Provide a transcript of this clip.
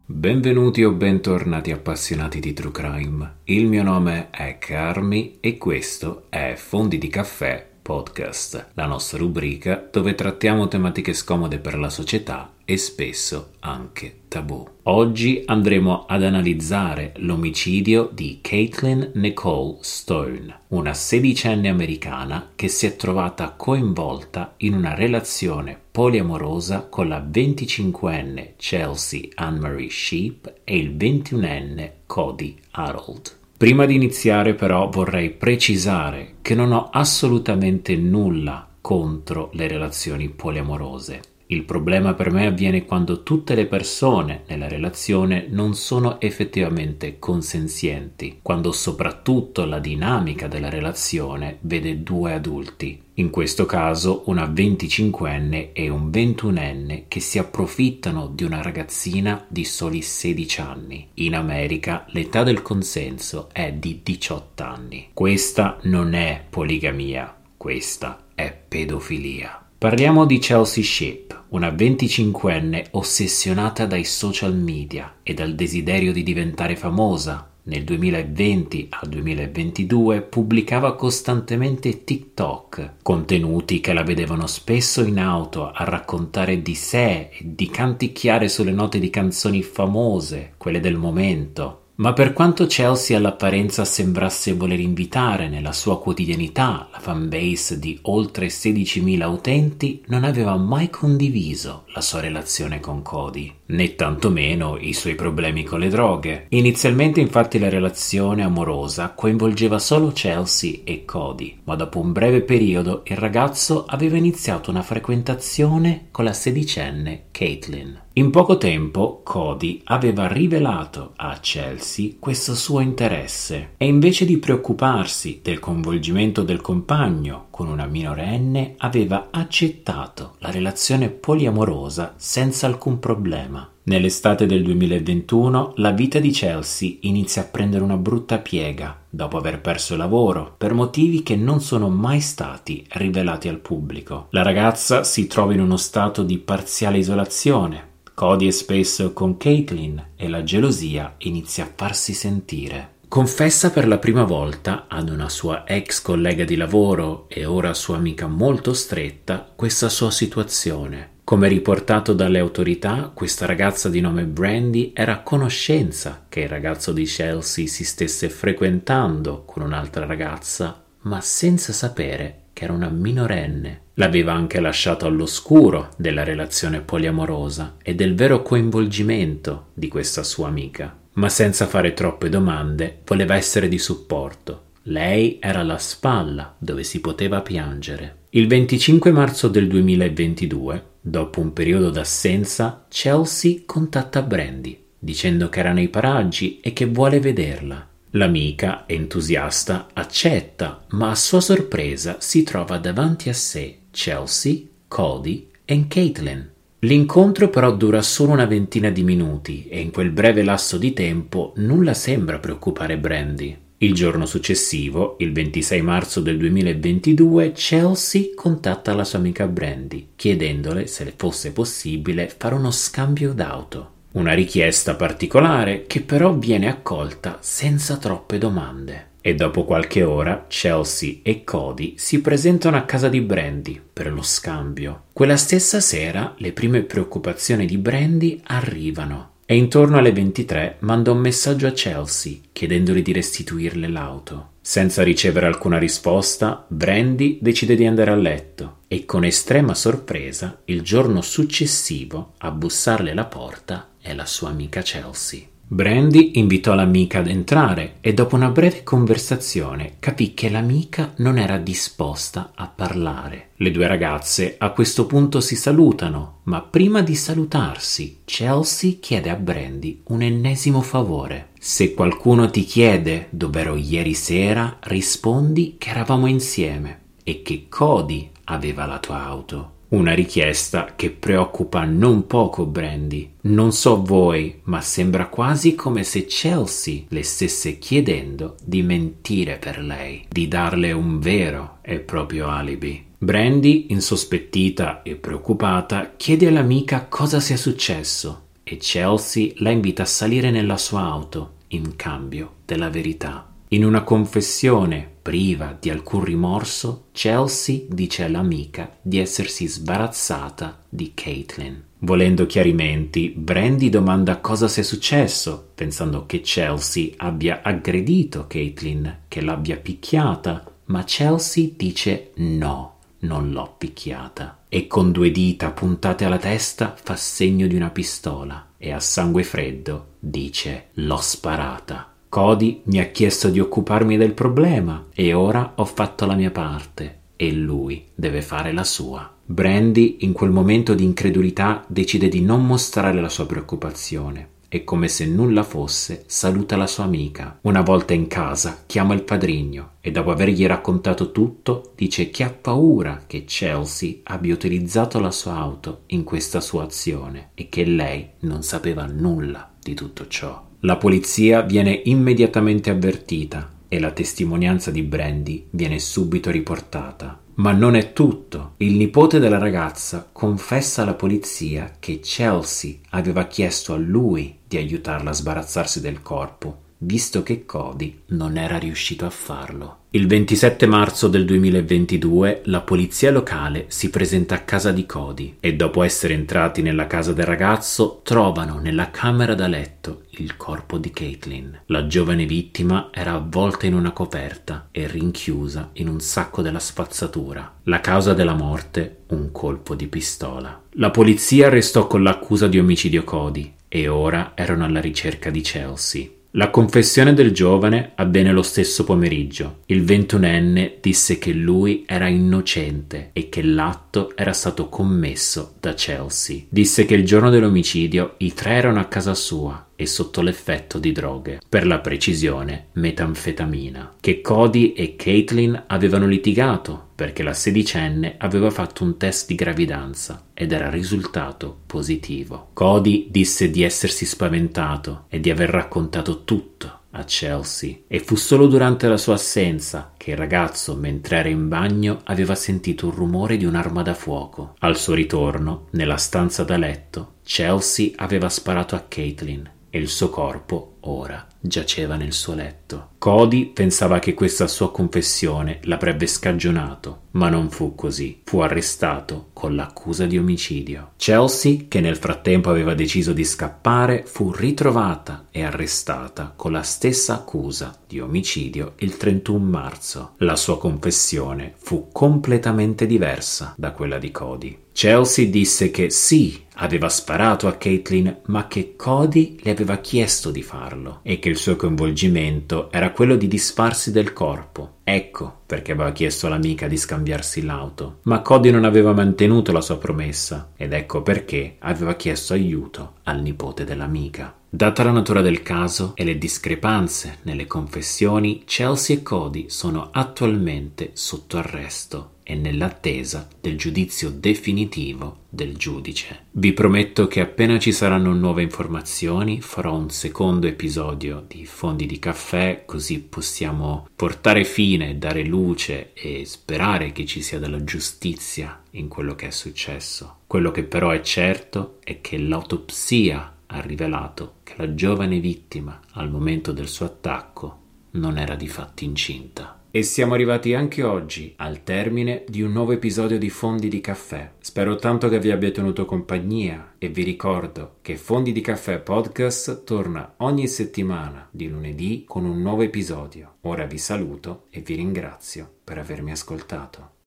Benvenuti o bentornati appassionati di True Crime. Il mio nome è Carmi e questo è Fondi di Caffè Podcast, la nostra rubrica dove trattiamo tematiche scomode per la società e spesso anche tabù. Oggi andremo ad analizzare l'omicidio di Caitlin Nicole Stone, una sedicenne americana che si è trovata coinvolta in una relazione poliamorosa con la 25enne Chelsea Anne-Marie Sheep e il 21enne Cody Harold. Prima di iniziare però vorrei precisare che non ho assolutamente nulla contro le relazioni poliamorose. Il problema per me avviene quando tutte le persone nella relazione non sono effettivamente consenzienti, quando soprattutto la dinamica della relazione vede due adulti, in questo caso una 25enne e un 21enne che si approfittano di una ragazzina di soli 16 anni. In America l'età del consenso è di 18 anni. Questa non è poligamia, questa è pedofilia. Parliamo di Chelsea Sheep, una 25enne ossessionata dai social media e dal desiderio di diventare famosa. Nel 2020 al 2022 pubblicava costantemente TikTok, contenuti che la vedevano spesso in auto a raccontare di sé e di canticchiare sulle note di canzoni famose, quelle del momento. Ma per quanto Chelsea all'apparenza sembrasse voler invitare nella sua quotidianità la fanbase di oltre 16.000 utenti, non aveva mai condiviso la sua relazione con Cody, né tantomeno i suoi problemi con le droghe. Inizialmente infatti la relazione amorosa coinvolgeva solo Chelsea e Cody, ma dopo un breve periodo il ragazzo aveva iniziato una frequentazione con la sedicenne Caitlin. In poco tempo Cody aveva rivelato a Chelsea questo suo interesse e invece di preoccuparsi del coinvolgimento del compagno con una minorenne aveva accettato la relazione poliamorosa senza alcun problema. Nell'estate del 2021 la vita di Chelsea inizia a prendere una brutta piega dopo aver perso il lavoro per motivi che non sono mai stati rivelati al pubblico. La ragazza si trova in uno stato di parziale isolazione. Cody è spesso con Caitlin e la gelosia inizia a farsi sentire. Confessa per la prima volta ad una sua ex collega di lavoro e ora sua amica molto stretta questa sua situazione. Come riportato dalle autorità, questa ragazza di nome Brandy era a conoscenza che il ragazzo di Chelsea si stesse frequentando con un'altra ragazza, ma senza sapere che era una minorenne. L'aveva anche lasciato all'oscuro della relazione poliamorosa e del vero coinvolgimento di questa sua amica. Ma senza fare troppe domande, voleva essere di supporto. Lei era la spalla dove si poteva piangere. Il 25 marzo del 2022, dopo un periodo d'assenza, Chelsea contatta Brandy, dicendo che era nei paraggi e che vuole vederla. L'amica, entusiasta, accetta, ma a sua sorpresa si trova davanti a sé Chelsea, Cody e Caitlin. L'incontro però dura solo una ventina di minuti e in quel breve lasso di tempo nulla sembra preoccupare Brandy. Il giorno successivo, il 26 marzo del 2022, Chelsea contatta la sua amica Brandy, chiedendole se le fosse possibile fare uno scambio d'auto. Una richiesta particolare che però viene accolta senza troppe domande. E dopo qualche ora Chelsea e Cody si presentano a casa di Brandy per lo scambio. Quella stessa sera le prime preoccupazioni di Brandy arrivano e intorno alle 23 manda un messaggio a Chelsea chiedendole di restituirle l'auto. Senza ricevere alcuna risposta, Brandy decide di andare a letto e con estrema sorpresa il giorno successivo a bussarle alla porta è la sua amica Chelsea. Brandy invitò l'amica ad entrare e dopo una breve conversazione capì che l'amica non era disposta a parlare. Le due ragazze a questo punto si salutano, ma prima di salutarsi Chelsea chiede a Brandy un ennesimo favore. Se qualcuno ti chiede dov'ero ieri sera, rispondi che eravamo insieme e che Cody aveva la tua auto. Una richiesta che preoccupa non poco Brandy. Non so voi, ma sembra quasi come se Chelsea le stesse chiedendo di mentire per lei, di darle un vero e proprio alibi. Brandy, insospettita e preoccupata, chiede all'amica cosa sia successo e Chelsea la invita a salire nella sua auto in cambio della verità. In una confessione priva di alcun rimorso, Chelsea dice all'amica di essersi sbarazzata di Caitlin. Volendo chiarimenti, Brandy domanda cosa sia successo, pensando che Chelsea abbia aggredito Caitlin, che l'abbia picchiata, ma Chelsea dice no, non l'ho picchiata. E con 2 dita puntate alla testa fa segno di una pistola e a sangue freddo dice l'ho sparata. Cody mi ha chiesto di occuparmi del problema e ora ho fatto la mia parte e lui deve fare la sua. Brandy, in quel momento di incredulità, decide di non mostrare la sua preoccupazione e, come se nulla fosse, saluta la sua amica. Una volta in casa chiama il padrigno e, dopo avergli raccontato tutto, dice che ha paura che Chelsea abbia utilizzato la sua auto in questa sua azione e che lei non sapeva nulla di tutto ciò. La polizia viene immediatamente avvertita e la testimonianza di Brandy viene subito riportata. Ma non è tutto. Il nipote della ragazza confessa alla polizia che Chelsea aveva chiesto a lui di aiutarla a sbarazzarsi del corpo, visto che Cody non era riuscito a farlo. Il 27 marzo del 2022 la polizia locale si presenta a casa di Cody e, dopo essere entrati nella casa del ragazzo, trovano nella camera da letto il corpo di Caitlin. La giovane vittima era avvolta in una coperta e rinchiusa in un sacco della spazzatura. La causa della morte: un colpo di pistola. La polizia arrestò con l'accusa di omicidio Cody e ora erano alla ricerca di Chelsea. La confessione del giovane avvenne lo stesso pomeriggio. Il 21enne disse che lui era innocente e che l'atto era stato commesso da Chelsea. Disse che il giorno dell'omicidio i 3 erano a casa sua e sotto l'effetto di droghe, per la precisione metanfetamina, che Cody e Caitlin avevano litigato perché la 16enne aveva fatto un test di gravidanza ed era risultato positivo. Cody disse di essersi spaventato e di aver raccontato tutto a Chelsea e fu solo durante la sua assenza che il ragazzo, mentre era in bagno, aveva sentito un rumore di un'arma da fuoco. Al suo ritorno, nella stanza da letto, Chelsea aveva sparato a Caitlin e il suo corpo ora giaceva nel suo letto. Cody pensava che questa sua confessione l'avrebbe scagionato, ma non fu così. Fu arrestato con l'accusa di omicidio. Chelsea, che nel frattempo aveva deciso di scappare, fu ritrovata e arrestata con la stessa accusa di omicidio il 31 marzo. La sua confessione fu completamente diversa da quella di Cody. Chelsea disse che sì, aveva sparato a Caitlin, ma che Cody le aveva chiesto di farlo e che il suo coinvolgimento era quello di disfarsi del corpo. Ecco perché aveva chiesto all'amica di scambiarsi l'auto. Ma Cody non aveva mantenuto la sua promessa ed ecco perché aveva chiesto aiuto al nipote dell'amica. Data la natura del caso e le discrepanze nelle confessioni, Chelsea e Cody sono attualmente sotto arresto e nell'attesa del giudizio definitivo del giudice. Vi prometto che appena ci saranno nuove informazioni farò un secondo episodio di Fondi di Caffè, così possiamo portare fine, dare luce e sperare che ci sia della giustizia in quello che è successo. Quello che però è certo è che l'autopsia ha rivelato che la giovane vittima al momento del suo attacco non era di fatti incinta. E siamo arrivati anche oggi al termine di un nuovo episodio di Fondi di Caffè. Spero tanto che vi abbia tenuto compagnia e vi ricordo che Fondi di Caffè Podcast torna ogni settimana di lunedì con un nuovo episodio. Ora vi saluto e vi ringrazio per avermi ascoltato.